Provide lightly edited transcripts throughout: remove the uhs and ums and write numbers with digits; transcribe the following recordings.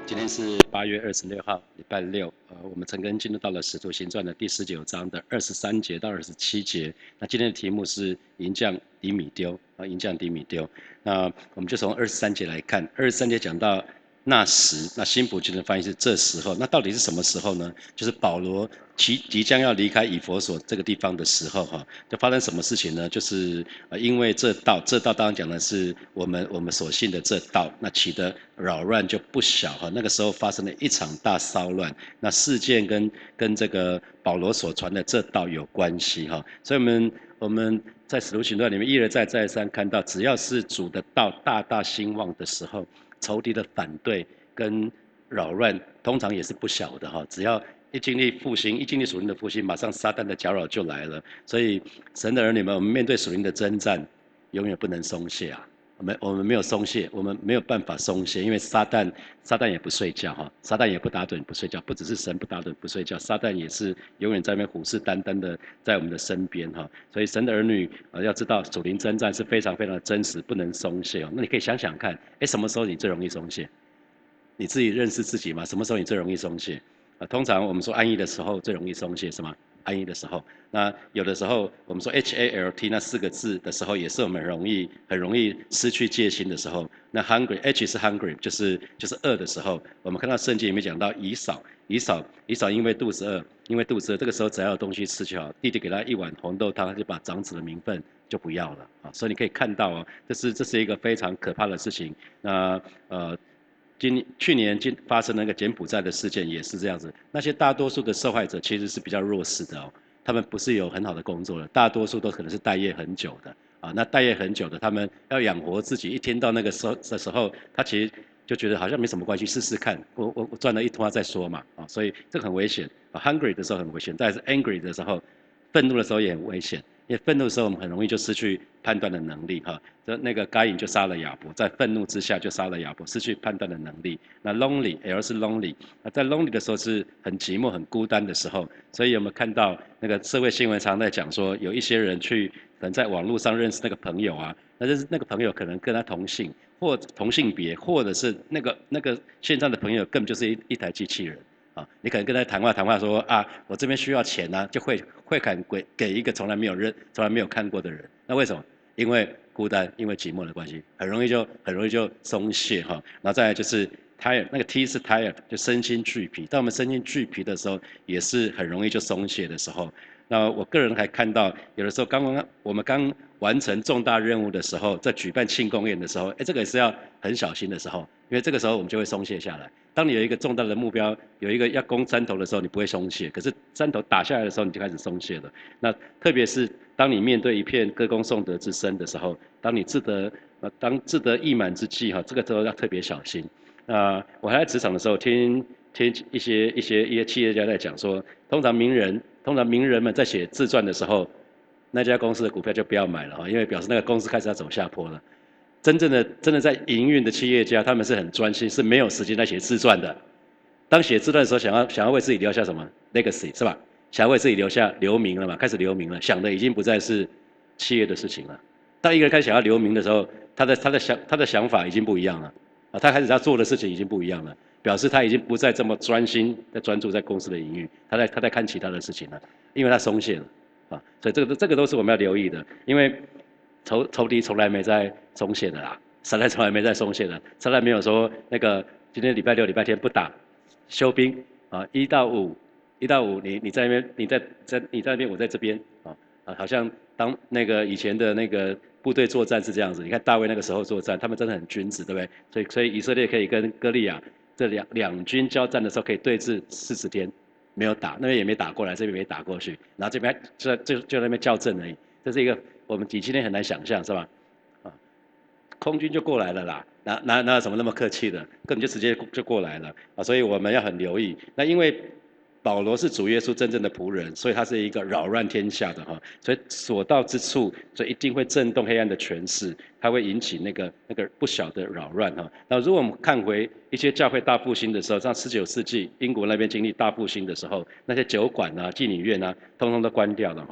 今天是8月26号，礼拜六。我们陈根进入到了《使徒行传》的第19章的23节到27节。那今天的题目是银匠迪米丢啊，银匠迪米丢。那我们就从23节来看，23节讲到那时，那新普京的翻译是这时候。那到底是什么时候呢？就是保罗即将要离开以弗所这个地方的时候，就发生什么事情呢？就是因为这道当然讲的是我们所信的这道，那起的扰乱就不小哈。那个时候发生了一场大骚乱，那事件跟这个保罗所传的这道有关系哈。所以我们在使徒行传里面一而再再三看到，只要是主的道大大兴旺的时候，仇敌的反对跟扰乱通常也是不小的哈。只要一经历复兴，一经历属灵的复兴，马上撒旦的搅扰就来了。所以神的儿女们，我们面对属灵的征战，永远不能松懈啊！我们没有松懈，我们没有办法松懈，因为撒旦也不睡觉哈，撒旦也不打盹不睡觉，不只是神不打盹不睡觉，撒旦也是永远在那边虎视眈眈的在我们的身边哈。所以神的儿女要知道属灵征战是非常非常的真实，不能松懈哦。那你可以想想看，什么时候你最容易松懈？你自己认识自己吗？什么时候你最容易松懈？通常我们说安逸的时候最容易松懈，是吗？安逸的时候，那有的时候我们说 HALT 那4个字的时候，也是我们很容易失去戒心的时候。那 hungry H 是 hungry，就是饿的时候。我们看到圣经里面讲到以扫因为肚子饿，这个时候只要有东西吃就好。弟弟给他一碗红豆汤，他就把长子的名分就不要了啊。所以你可以看到哦，这是一个非常可怕的事情。那去年发生那个柬埔寨的事件也是这样子，那些大多数的受害者其实是比较弱势的哦，他们不是有很好的工作的，大多数都可能是待业很久的啊。那待业很久的，他们要养活自己，一天到那个时候，他其实就觉得好像没什么关系，试试看，我赚了一通再说嘛啊，所以这个很危险啊。Hungry 的时候很危险，但是 angry 的时候，愤怒的时候也很危险。因为愤怒的时候，我们很容易就失去判断的能力哈。那个该隐就杀了亚伯，在愤怒之下就杀了亚伯，失去判断的能力。那 lonely，L 是 lonely，在 lonely 的时候是很寂寞、很孤单的时候。所以有没有看到那个社会新闻常在讲说，有一些人可能在网络上认识那个朋友啊，那个朋友可能跟他同姓或同性别，或者是那个线上的朋友根本就是一台机器人。啊，你可能跟他谈话说啊，我这边需要钱啊，就会给一个从来没有看过的人。那为什么？因为孤单，因为寂寞的关系，很容易就松懈哈。然后再来就是 tired，那个 T 是 tired，就身心俱疲。当我们身心俱疲的时候，也是很容易就松懈的时候。那我个人还看到，有的时候我们刚完成重大任务的时候，在举办庆功宴的时候，这个也是要很小心的时候，因为这个时候我们就会松懈下来。当你有一个重大的目标，有一个要攻山头的时候，你不会松懈。可是山头打下来的时候，你就开始松懈了。那特别是当你面对一片歌功颂德之声的时候，当自得意满之际，这个时候要特别小心。我还在职场的时候，听一些企业家在讲说，通常名人们在写自传的时候，那家公司的股票就不要买了哈，因为表示那个公司开始要走下坡了。真的在营运的企业家，他们是很专心，是没有时间在写自传的。当写自传的时候，想要为自己留下什么 legacy 是吧？想要为自己留名了嘛？开始留名了，想的已经不再是企业的事情了。当一个人开始想要留名的时候，他的想法已经不一样了啊，他开始要做的事情已经不一样了，表示他已经不再这么专注在公司的营运，他在看其他的事情了，因为他松懈了啊。所以这个都是我们要留意的，因为仇敌从来没在松懈的啦，撒旦从来没在松懈的，撒旦没有说那个今天礼拜六礼拜天不打，休兵啊，一到五你在那边你在那边我在这边好像当那个以前的那个部队作战是这样子，你看大卫那个时候作战，他们真的很君子，对不对？所以以色列可以跟歌利亚这两军交战的时候可以对峙40天，没有打，那边也没打过来，这边没打过去，然后这边就那边校正而已，这是一个我们今天很难想象，是吧？啊，空军就过来了啦，哪有什么那么客气的，根本就直接就过来了啊！所以我们要很留意。那因为保罗是主耶稣真正的仆人，所以他是一个扰乱天下的哈，所以所到之处，所以一定会震动黑暗的权势，它会引起那个不小的扰乱哈。那如果我们看回一些教会大复兴的时候，像19世纪英国那边经历大复兴的时候，那些酒馆啊、妓女院啊，通通都关掉了哈。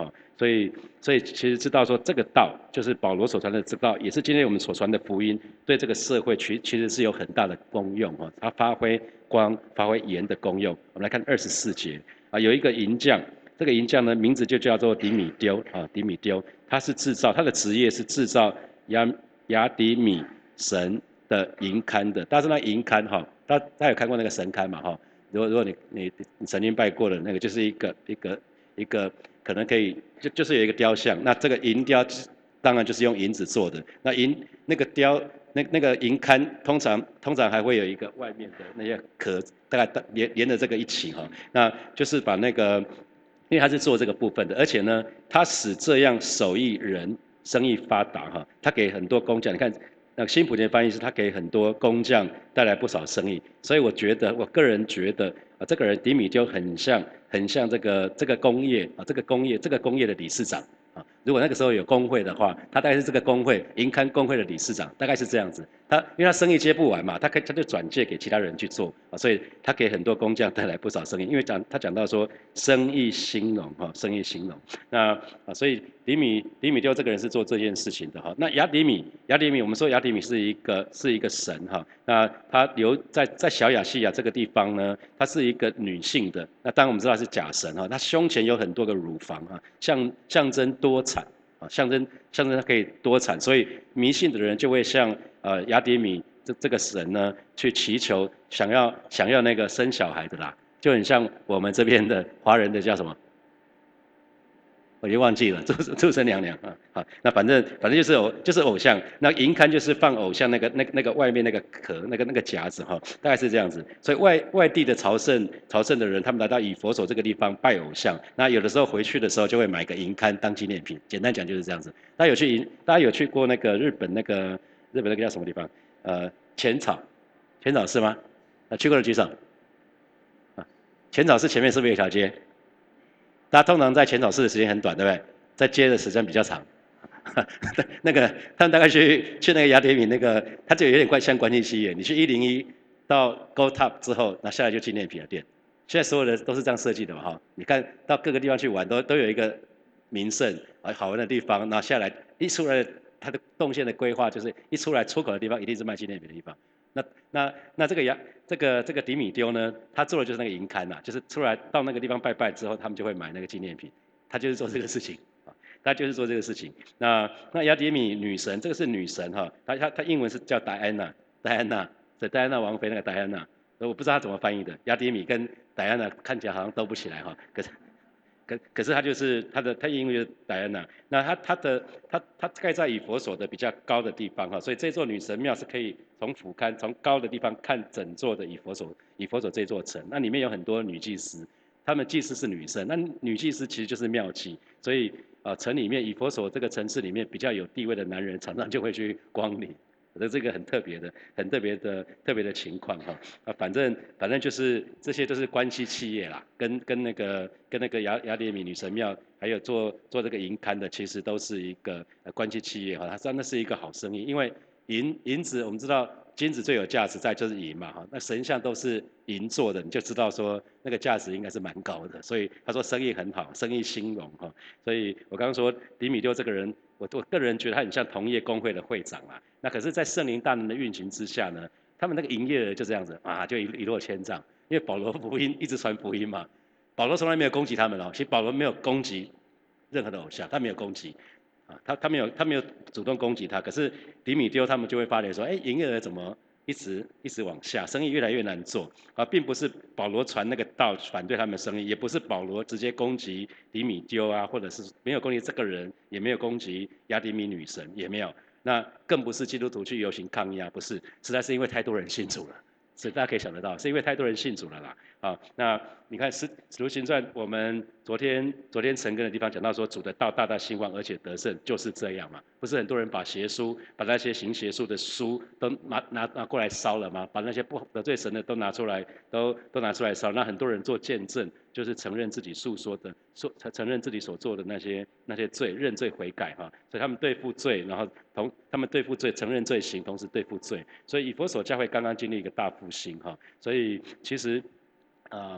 所以其实知道说这个道就是保罗所传的这道，也是今天我们所传的福音，对这个社会其实是有很大的功用哈，它发挥光、发挥盐的功用。我们来看24节啊，有一个银匠，这个银匠呢名字就叫做迪米丢啊，迪米丢，他是制造，他的职业是制造雅迪米神的银龛的。大家知道银龛哈，大家有看过那个神龛嘛哈？如果你曾经拜过的那个，就是一个可能可以就是有一个雕像，那这个银雕当然就是用银子做的。那那个那个银龛通常还会有一个外面的那些壳，大概连着这个一起哈，那就是把那个，因为他是做这个部分的，而且呢，他使这样手艺人生意发达哈，他给很多工匠，你看。那新普京翻译是他给很多工匠带来不少生意，所以我个人觉得啊，这个人迪米就很像这个工业的理事长啊。如果那个时候有工会的话，他大概是这个工会银刊工会的理事长，大概是这样子。因为他生意接不完嘛，他就转借给其他人去做啊，所以他给很多工匠带来不少生意。因为他讲到说生意兴隆哈，生意兴隆。那所以迪米丢这个人是做这件事情的哈。那雅迪米，我们说雅迪米是一个神哈。那他在小亚细亚这个地方呢，她是一个女性的。那当然我们知道是假神哈，她胸前有很多个乳房啊，象征多产啊，象征她可以多产，所以迷信的人就会向雅迪米这个神呢去祈求，想要那个生小孩的啦，就很像我们这边的华人的叫什么？我就忘记了，祝生娘娘啊，好，那反正就是偶像，那银龛就是放偶像那个外面那个壳那个夹子哈，大概是这样子。所以外地的朝圣的人，他们来到以佛所这个地方拜偶像，那有的时候回去的时候就会买个银龛当纪念品。简单讲就是这样子。大家有去过那个日本那个叫什么地方？浅草，浅草是吗？去过的举手。啊，浅草寺前面是不是有一条街？大家通常在浅草寺的时间很短，对不对？在街的时间比较长。那个他们大概去那个雅典米那个，它就有点像关系企业。你去101到 Go Top 之后，那下来就纪念品的店。现在所有的都是这样设计的嘛哈。你看到各个地方去玩，都有一个名胜好玩的地方，然后下来一出来，它的动线的规划就是一出来出口的地方一定是卖纪念品的地方。那这个迪米丢呢，他做的就是那个银龛呐，就是出来到那个地方拜拜之后，他们就会买那个纪念品，他就是做这个事情啊，他就是做这个事情。那雅典米女神，这个是女神哈，她英文是叫戴安娜，是戴安娜王妃那个戴安娜，我不知道她怎么翻译的，雅典米跟戴安娜看起来好像都不起来哈，可是他就是他英文就是戴安娜，那他盖在以佛所的比较高的地方哈，所以这座女神庙是可以从俯瞰从高的地方看整座的以佛所这座城，那里面有很多女祭司，她们祭司是女生，那女祭司其实就是庙妓，所以城里面以佛所这个城市里面比较有地位的男人常常就会去光临。我觉得这个很特别的情况哈。反正就是这些都是关系企业啦，跟那个雅典米女神庙，还有做这个银刊的，其实都是一个关系企业哈。它真的是一个好生意，因为银子我们知道金子最有价值在就是银嘛哈，那神像都是银做的，你就知道说那个价值应该是蛮高的。所以他说生意很好，生意兴隆哈。所以我刚刚说迪米丢这个人。我个人觉得他很像同业工会的会长啊。那可是，在圣灵大能的运行之下呢，他们那个营业额就这样子啊，就一落千丈。因为保罗福音一直传福音嘛，保罗从来没有攻击他们哦。其实保罗没有攻击任何的偶像，他没有攻击啊，他没有主动攻击他。可是迪米丢他们就会发觉说，哎，营业额怎么一直往下，生意越来越难做啊，并不是保罗传那个道反对他们生意，也不是保罗直接攻击迪米丢啊，或者是没有攻击这个人，也没有攻击雅典米女神，也没有。那更不是基督徒去游行抗议啊，不是，实在是因为太多人信主了，所以大家可以想得到，是因为太多人信主了啦。啊，那你看使徒行传，我们昨天陈根的地方讲到说，主的道大大兴旺，而且得胜，就是这样嘛。不是很多人把那些行邪术的书都拿过来烧了吗？把那些不得罪神的都拿出来，都拿出来烧。那很多人做见证，就是承认自己承认自己所做的那些罪，认罪悔改哈。所以他们对付罪，然后他们对付罪，承认罪行，同时对付罪。所以以佛所教会刚刚经历一个大复兴哈。所以其实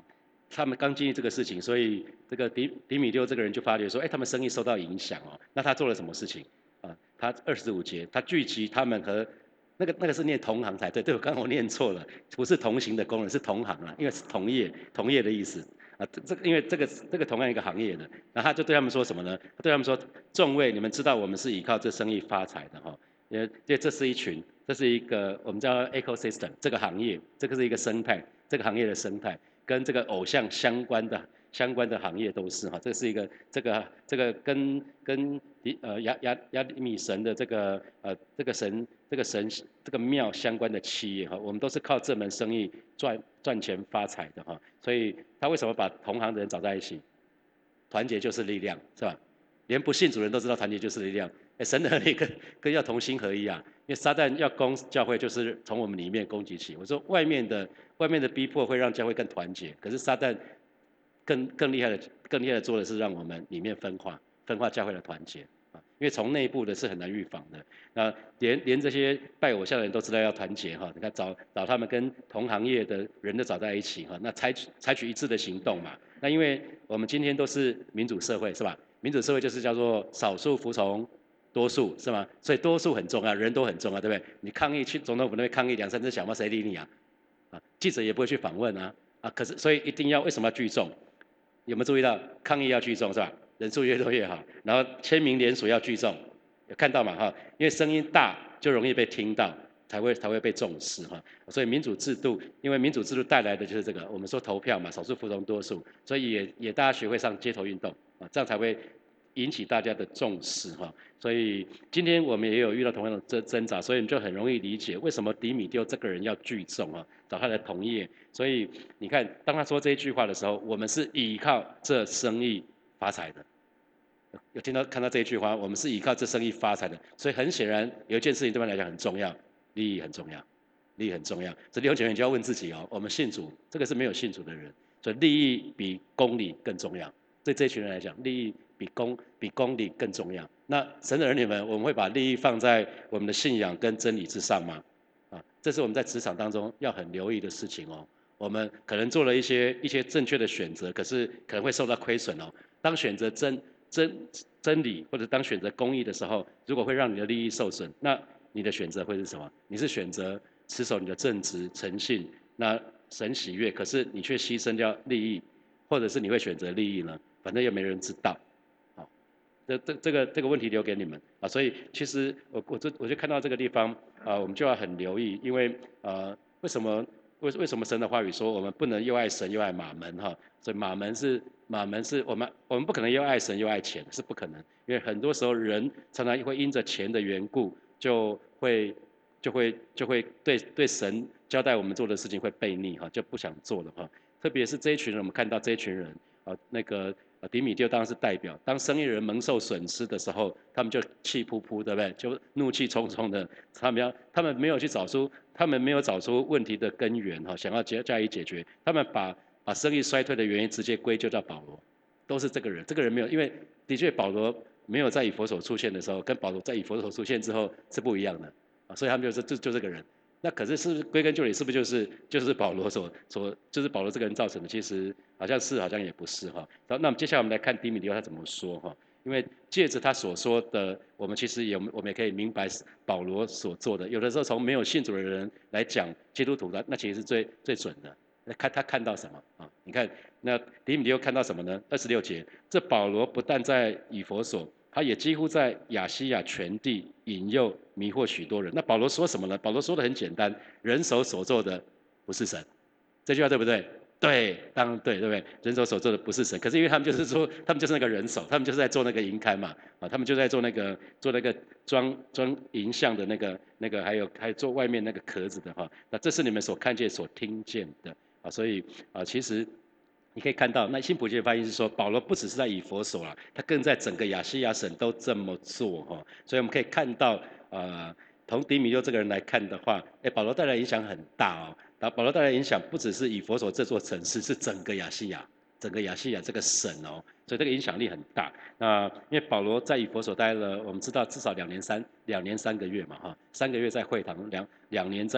他们刚经历这个事情，所以这个迪米丢这个人就发觉说，哎，他们生意受到影响哦。那他做了什么事情啊？他25节，他聚集他们和那个是念同行才对，对我刚刚我念错了，不是同行的工人，是同行啊，因为是同业的意思啊。因为这个同样一个行业的，然后他就对他们说什么呢？他对他们说，众位，你们知道我们是依靠这生意发财的哈，因为这是这是一个我们叫 ecosystem 这个行业，这个是一个生态，这个行业的生态。跟这个偶像相关的行业都是哈，这是一个这个跟亚里米神的这个庙相关的企业哈，我们都是靠这门生意赚钱发财的哈，所以他为什么把同行的人找在一起？团结就是力量，是吧？连不信主人都知道团结就是力量。神的儿女跟要同心合一啊，因为撒旦要攻教会，就是从我们里面攻击起。我说外面的逼迫会让教会更团结，可是撒旦更厉害的做的是让我们里面分化教会的团结啊，因为从内部的是很难预防的。那连这些拜偶像的人都知道要团结哈，你看找他们跟同行业的人都找在一起哈，那采取一致的行动嘛。那因为我们今天都是民主社会是吧？民主社会就是叫做少数服从多数是吗？所以多数很重要，人都很重要，对不对？你抗议去总统府那边抗议2、3只小猫，谁理你啊？啊，记者也不会去访问啊。啊，可是所以一定要为什么要聚众？有没有注意到抗议要聚众是吧？人数越多越好，然后签名联署要聚众，有看到嘛哈？因为声音大就容易被听到，才会被重视哈。所以民主制度，因为民主制度带来的就是这个，我们说投票嘛，少数服从多数，所以也大家学会上街头运动啊，这样才会引起大家的重视哈。所以今天我们也有遇到同样的挣扎，所以你就很容易理解为什么迪米丢这个人要聚众啊，找他的同业。所以你看，当他说这一句话的时候，我们是依靠这生意发财的。有看到这一句话，我们是依靠这生意发财的，所以很显然有一件事情对他们来讲很重要，利益很重要，利益很重要。这弟兄姐妹你就要问自己哦，我们信主，这个是没有信主的人，所以利益比公理更重要。对这群人来讲，利益比公理更重要。那神的儿女们，我们会把利益放在我们的信仰跟真理之上吗？啊，这是我们在职场当中要很留意的事情哦。我们可能做了一些正确的选择，可是可能会受到亏损哦。当选择真理或者当选择公义的时候，如果会让你的利益受损，那你的选择会是什么？你是选择持守你的正直诚信，那神喜悦，可是你却牺牲掉利益，或者是你会选择利益呢？反正又没人知道。好，这个问题留给你们啊。所以其实我就看到这个地方啊，我们就要很留意，因为为什么为什么神的话语说我们不能又爱神又爱马门哈？所以马门是我们不可能又爱神又爱钱，是不可能，因为很多时候人常常会因着钱的缘故，就会对神交代我们做的事情会背逆哈，就不想做了哈。特别是这一群人，我们看到这一群人啊，那个迪米丢当然是代表，当生意人蒙受损失的时候，他们就气扑扑，对不对？就怒气冲冲的，他们没有去找出，他们没有找出问题的根源哈，想要加以解决，他们把生意衰退的原因直接归咎到保罗，都是这个人，这个人没有，因为的确保罗没有在以弗所出现的时候，跟保罗在以弗所出现之后是不一样的啊，所以他们就这个人。那可是归根究底，是不是就是保罗就是保罗这个人造成的？其实好像是，好像也不是哈。那我们接下来我们来看迪米丢他怎么说哈。因为借着他所说的，我们其实我们也可以明白保罗所做的。有的时候从没有信主的人来讲基督徒的，那其实是最准的。看他看到什么啊？你看那迪米丢看到什么呢？26节，这保罗不但在以弗所，他也几乎在亚西亚全地引诱迷惑许多人。那保罗说什么呢？保罗说的很简单，人手所做的不是神，这句话对不对？对，当然对，对不对？人手所做的不是神，可是因为他们就是说，他们就是那个人手，他们就是在做那个银龛嘛，啊，他们就在做那个装银像的那个，还有做外面那个壳子的哈。那这是你们所看见、所听见的啊，所以啊，其实你可以看到，那新普界翻译是说，保罗不只是在以弗所啦，他更在整个亚细亚省都这么做哈。所以我们可以看到，从迪米六这个人来看的话，保罗带来影响很大哦。然后保罗带来影响不只是以弗所这座城市，是整个亚细亚，整个亚细亚这个省哦，所以这个影响力很大。那因为保罗在以弗所待了，我们知道至少2年3个月嘛哈，3个月在会堂，两年在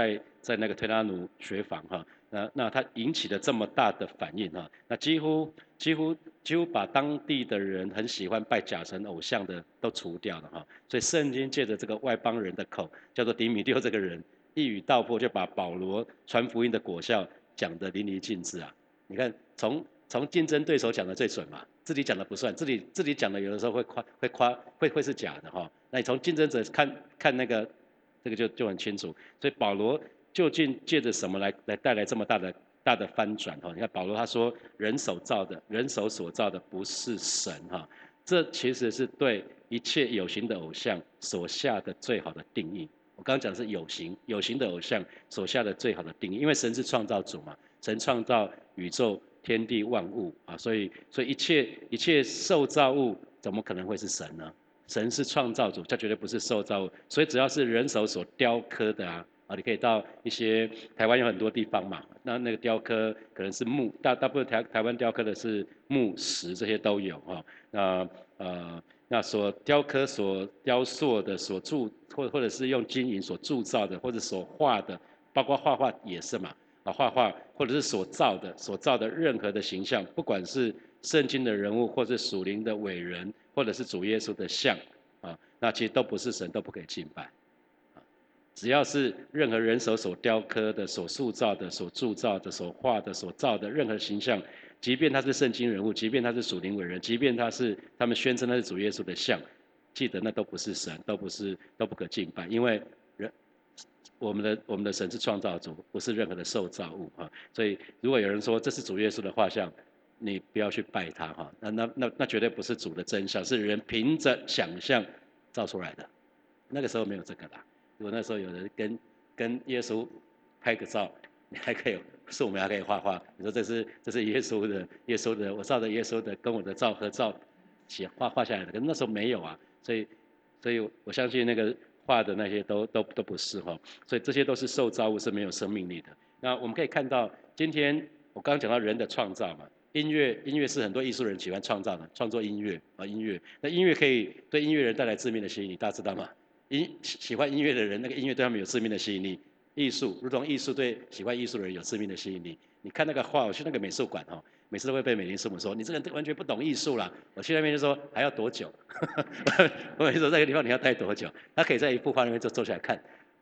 在那个推拉努学坊哈，那它引起了这么大的反应哈，那几乎把当地的人很喜欢拜假神偶像的都除掉了哈，所以圣经借着这个外邦人的口，叫做迪米丢这个人，一语道破，就把保罗传福音的果效讲得淋漓尽致啊！你看，从竞争对手讲的最准嘛，自己讲的不算，自己讲的有的时候会是假的哈。那你从竞争者看那个，这个就很清楚。所以保罗究竟借着什么来带来这么大的翻转哈？你看保罗他说，人手所造的不是神哈，这其实是对一切有形的偶像所下的最好的定义。我刚刚讲的是有形的偶像所下的最好的定义，因为神是创造主嘛，神创造宇宙天地万物啊，所以一切受造物怎么可能会是神呢？神是创造主，他绝对不是受造物，所以只要是人手所雕刻的啊，你可以到一些台湾有很多地方嘛，那个雕刻可能是木，大部分台湾雕刻的是木石，这些都有哈。那所雕刻、所雕塑的、所铸或者是用金银所铸造的，或者所画的，包括画画也是嘛，画画或者是所造的任何的形象，不管是圣经的人物，或是属灵的伟人，或者是主耶稣的像那其实都不是神，都不可以敬拜。只要是任何人手所雕刻的、所塑造的、所铸造的、所画的、所造的任何形象，即便他是圣经人物，即便他是属灵伟人，即便他们宣称他是主耶稣的像，记得那都不是神，都不可敬拜，因为我们的神是创造主，不是任何的受造物所以如果有人说这是主耶稣的画像，你不要去拜他那绝对不是主的真相，是人凭着想象造出来的。那个时候没有这个啦。如果那时候有人跟耶稣拍个照，你还可以我们还可以画画。你说这是耶稣的，我照着耶稣的跟我的合照画下来的。可是那时候没有啊，所以我相信那个画的那些都不是哈。所以这些都是受造物，是没有生命力的。那我们可以看到，今天我刚刚讲到人的创造嘛，音乐是很多艺术人喜欢创造的，创作音乐。那音乐可以对音乐人带来致命的吸引力，大家知道吗？喜欢音乐的人，那个音乐对他们有致命的吸引力。艺术如同艺术对喜欢艺术的人有致命的吸引力。你看那个画，我去那个美术馆每次都会被美玲师母说，你这个人完全不懂艺术啦。我去那边就说还要多久？我跟你说那个地方你要待多久？他可以在一幅画那边坐下来看。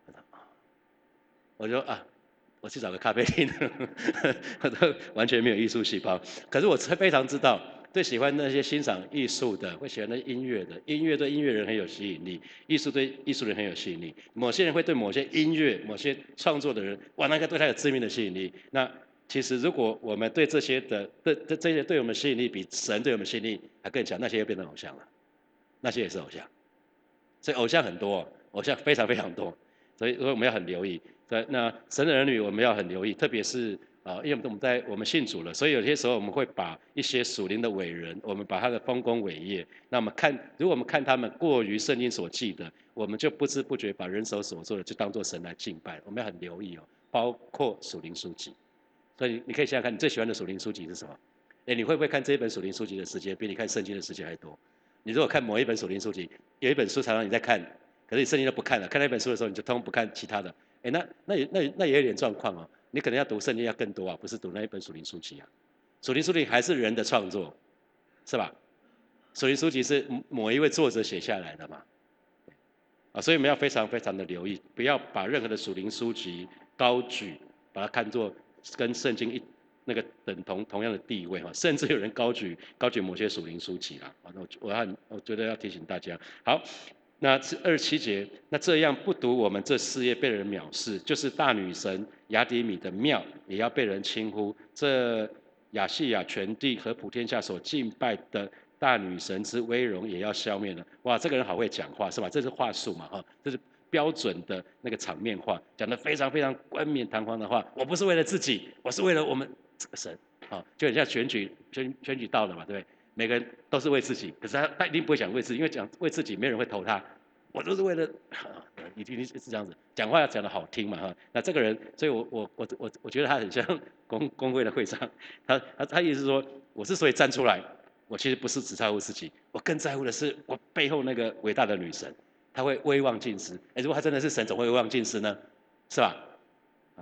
我说我去找个咖啡厅，我都完全没有艺术细胞。可是我非常知道，对喜欢那些欣赏艺术的，会喜欢那音乐的，音乐对音乐人很有吸引力，艺术对艺术人很有吸引力。某些人会对某些音乐、某些创作的人，哇，那个对他有致命的吸引力。那其实如果我们对这些对我们吸引力比神对我们吸引力还更强，那些又变成偶像了，那些也是偶像。所以偶像很多，偶像非常非常多，所以我们要很留意。那神的儿女我们要很留意，特别是因为我们信主了，所以有些时候我们会把一些属灵的伟人，我们把他的丰功伟业，那么如果我们看他们过于圣经所记的，我们就不知不觉把人手所做的就当作神来敬拜。我们要很留意包括属灵书籍。所以你可以想想看，你最喜欢的属灵书籍是什么？你会不会看这一本属灵书籍的时间比你看圣经的时间还多？你如果看某一本属灵书籍，有一本书常常你在看，可是你圣经都不看了，看那本书的时候你就通不看其他的，那也有点状况你可能要读圣经要更多不是读那一本属灵书籍属灵书籍还是人的创作，是吧？属灵书籍是某一位作者写下来的嘛，所以我们要非常非常的留意，不要把任何的属灵书籍高举，把它看作跟圣经那个同样的地位甚至有人高举某些属灵书籍啦我觉得要提醒大家。好，那27节，那这样不独我们这事业被人藐视，就是大女神雅典米的庙也要被人轻忽，这亚细亚全地和普天下所敬拜的大女神之威容也要消灭了。哇，这个人好会讲话是吧？这是话术嘛这是标准的那个场面话，讲得非常非常冠冕堂皇的话。我不是为了自己，我是为了我们这个神就很像选举到了嘛，对不对？每个人都是为自己，可是他一定不会讲为自己，因为讲为自己没人会投他。我都是为了一定是这样子讲话要讲得好听嘛那这个人，所以我觉得他很像工会的会长，他意思是说，我之所以站出来，我其实不是只在乎自己，我更在乎的是我背后那个伟大的女神，她会威望尽失。如果她真的是神，怎么会威望尽失呢？是吧？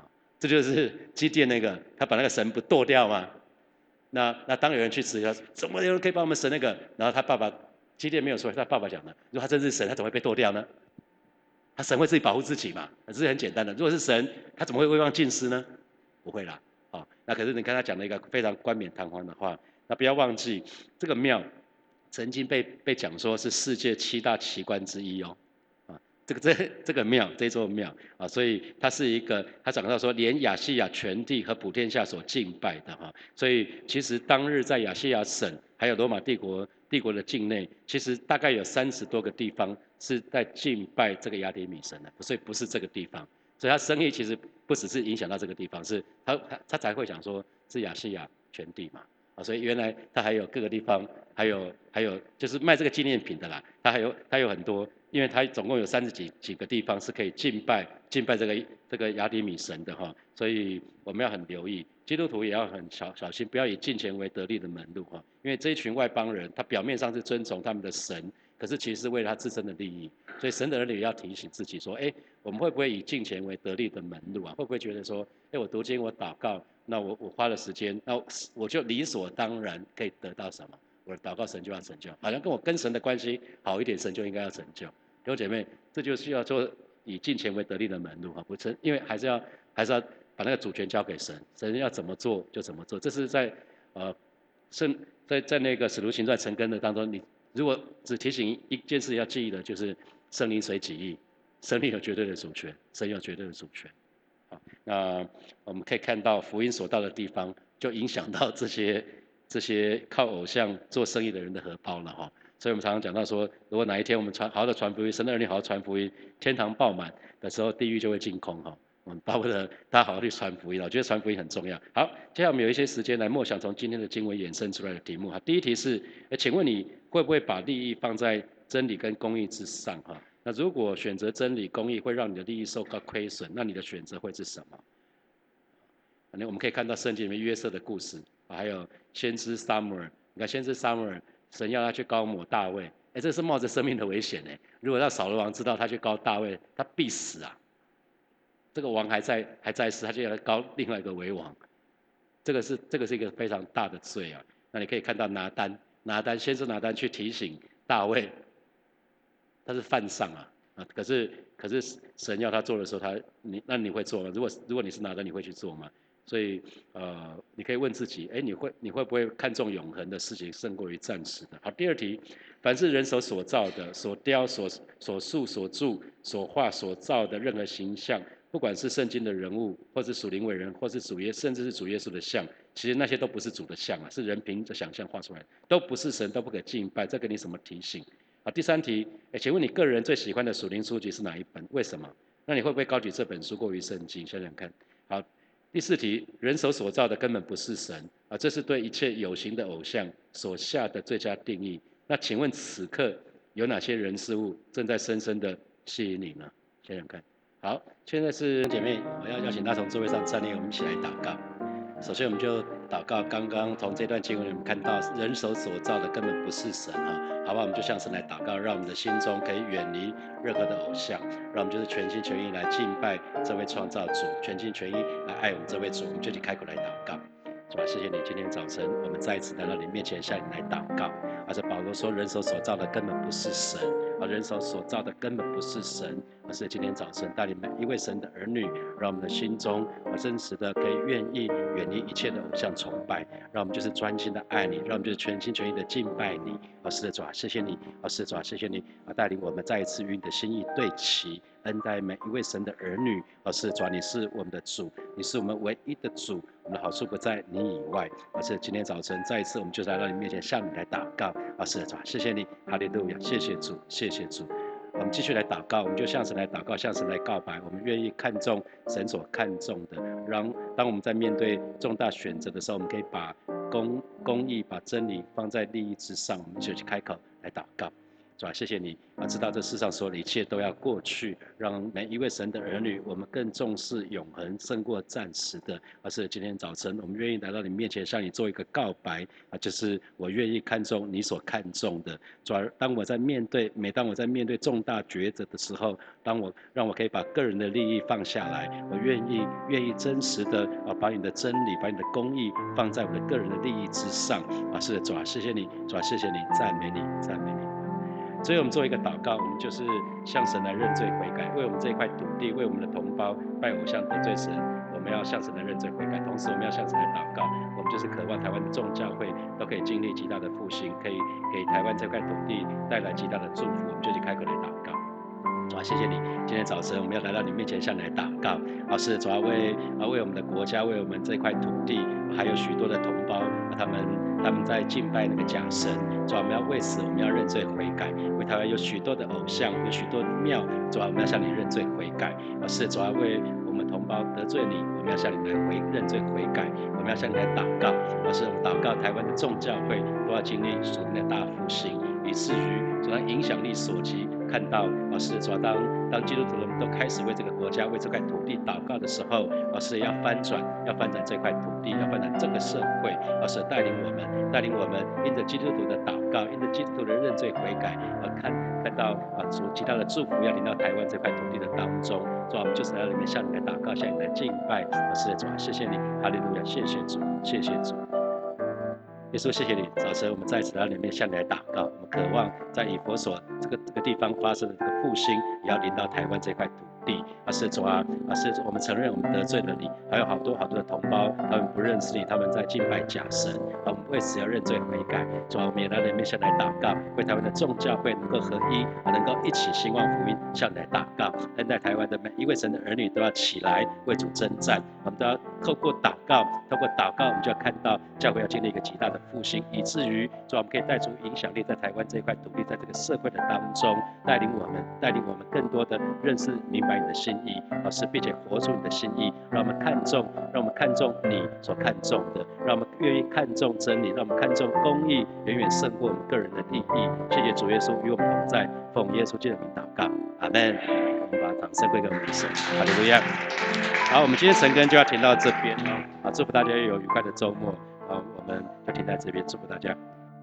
这就是基甸那个，他把那个神不剁掉吗？那当有人去质疑他，怎么有人可以把我们神那个？然后他爸爸基甸没有说，他爸爸讲的，如果他真是神，他怎么会被剁掉呢？他神会自己保护自己嘛？这是很简单的。如果是神，他怎么会威望尽失呢？不会啦。哦，那可是你看他讲了一个非常冠冕堂皇的话，那不要忘记这个庙曾经被讲说是世界7大奇观之一哦。啊，这个庙这座庙啊，所以它是一个，他讲到说连亚细亚全地和普天下所敬拜的哈，所以其实当日在亚细亚省还有罗马帝国的境内，其实大概有30多个地方是在敬拜这个雅典米神的，所以不是这个地方，所以他生意其实不只是影响到这个地方，是他才会讲说是亚细亚全地嘛。啊，所以原来他还有各个地方，还有就是卖这个纪念品的啦，他有很多，因为他总共有30几个地方是可以敬拜这个雅典米神的哈，所以我们要很留意，基督徒也要很小心，不要以金钱为得利的门路哈，因为这一群外邦人，他表面上是遵从他们的神，可是其实是为了他自身的利益，所以神的儿女要提醒自己说，哎，我们会不会以金钱为得利的门路啊？会不会觉得说，哎，我读经我祷告，那我花了时间，那我就理所当然可以得到什么？我的祷告神就要成就，好像跟神的关系好一点，神就应该要成就。弟兄姐妹，这就需要做以金钱为得利的门路哈，不成，因为还是要把那个主权交给神，神要怎么做就怎么做。这是在圣在那个使徒行传成根的当中，你如果只提醒一件事要记忆的，就是圣灵随己意，圣灵有绝对的主权，神有绝对的主权。好，那我们可以看到福音所到的地方，就影响到这些靠偶像做生意的人的荷包了哈。所以我们常常讲到说，如果哪一天我们好好的传福音，神的儿女好好传福音，天堂爆满的时候，地狱就会净空哈。我们巴不得大家好好去传福音，我觉得传福音很重要。好，接下来我们有一些时间来默想从今天的经文衍生出来的题目哈。第一题是，请问你会不会把利益放在真理跟公义之上哈？那如果选择真理、公义会让你的利益受到亏损，那你的选择会是什么？我们可以看到圣经里面约瑟的故事，还有先知撒母耳。你看先知撒母耳，神要他去膏抹大卫，哎，这是冒着生命的危险哎。如果让扫罗王知道他去膏大卫，他必死啊。这个王还在世，他就要膏另外一个为王，这个是一个非常大的罪啊。那你可以看到先知拿单去提醒大卫，他是犯上啊，可是神要他做的时候，那你会做吗？如果你是拿单，你会去做吗？所以你可以问自己，哎，你会不会看重永恒的事情胜过于暂时的？好，第二题，凡是人手所造的、所雕、所塑、所铸、所画、所造的任何形象，不管是圣经的人物，或是属灵伟人，或是甚至是主耶稣的像，其实那些都不是主的像啊，是人凭着想象画出来的，都不是神，都不可敬拜。这给你什么提醒？好，第三题，请问你个人最喜欢的属灵书籍是哪一本？为什么？那你会不会高举这本书过于圣经？想想看。好，第四题，人手所造的根本不是神啊，这是对一切有形的偶像所下的最佳定义。那请问此刻有哪些人事物正在深深的吸引你呢？想想看。好，现在是姐妹，我要邀请她从座位上站立，我们一起来祷告。首先，我们就祷告。刚刚从这段经文里面看到，人手所造的根本不是神哈，好吧？我们就向神来祷告，让我们的心中可以远离任何的偶像，让我们就是全心全意来敬拜这位创造主，全心全意来爱我们这位主。我们就去开口来祷告。主啊，谢谢你，今天早晨我们再一次来到你面前，向你来祷告。而且保罗说，人手所造的根本不是神，而人手所造的根本不是神，而是今天早晨带领每一位神的儿女，让我们的心中真实的可以愿意远离一切的偶像崇拜，让我们就是专心的爱你，让我们就是全心全意的敬拜你。是的，主啊，谢谢你，是的，主啊，谢谢你带领我们再一次与你的心意对齐，恩待每一位神的儿女。是的，主啊，你是我们的主，你是我们唯一的主，我们的好处不在你以外。是的，今天早晨再一次我们就来到你面前向你来祷告。是的，主啊，谢谢你，哈利路亚，谢谢主，谢谢主。我们继续来祷告，我们就向神来祷告，向神来告白。我们愿意看重神所看重的，当我们在面对重大选择的时候，我们可以把公义、把真理放在利益之上。我们就去开口来祷告。 主啊，谢谢你啊，知道这世上所有的一切都要过去，让每一位神的儿女，我们更重视永恒胜过暂时的。而是今天早晨，我们愿意来到你面前，向你做一个告白啊，就是我愿意看重你所看重的。主啊，每当我在面对重大抉择的时候，让我可以把个人的利益放下来，我愿意真实的啊，把你的真理、把你的公义放在我的个人的利益之上啊。是的，主啊，谢谢你，主啊，谢谢你，赞美你，赞美你。所以我们做一个祷告，我们就是向神来认罪悔改，为我们这一块土地，为我们的同胞拜偶像得罪神，我们要向神来认罪悔改。同时，我们要向神来祷告，我们就是渴望台湾的众教会都可以经历极大的复兴，可以给台湾这块土地带来极大的祝福。我们就去开口来祷告。主啊，谢谢你，今天早晨我们要来到你面前向你来祷告。是主啊，为我们的国家，为我们这块土地，还有许多的同胞，他们在敬拜那个假神。主啊，我们要为此，我们要认罪悔改。为台湾有许多的偶像，有许多的庙，主啊，我们要向你认罪悔改。是主啊，为我们同胞得罪你，我们要向你来认罪悔改。我们要向你来祷告。是我们祷告台湾的众教会都要经历属灵的大复兴，以至于主啊影响力所及。看到是主啊，当基督徒们都开始为这个国家、为这块土地祷告的时候，是要翻转这块土地，要翻转这个社会，是带领我们因着基督徒的祷告，因着基督徒的认罪悔改，看到主极大的祝福要临到台湾这块土地的当中。主啊，我们就是在里面向你来祷告，向你来敬拜。是的，主啊，谢谢你，哈利路亚，谢谢主，谢谢主。耶稣，谢谢你，早晨我们在此在里面向你来祷告，我们渴望在以弗所这个地方发生的这个复兴，也要临到台湾这块土地。是主啊，是我们承认我们得罪了你，还有好多的同胞，他们不认识你，他们在敬拜假神，我们为此要认罪悔改。主啊，我们也来里面向你来祷告，为台湾的众教会能够合一，能够一起兴旺福音，向你来祷告。现在台湾的每一位神的儿女都要起来为主征战，我们都要透过祷告，我们就要看到教会要经历一个极大的复兴，以至于主啊，我们可以带出影响力，在台湾这一块土地，在这个社会的当中，带领我们更多的认识明白你的心意，并且活出你的心意，让我们看重你所看重的，让我们愿意看重真理，让我们看重公义，远远胜过我们个人的利益。谢谢主耶稣与我们同在，奉耶稣基督的名祷告，阿们。我们把掌声归给我们的神，哈利路亚。好，我们今天晨更就要停到这边祝福大家有愉快的周末。我们就停在这边，祝福大家。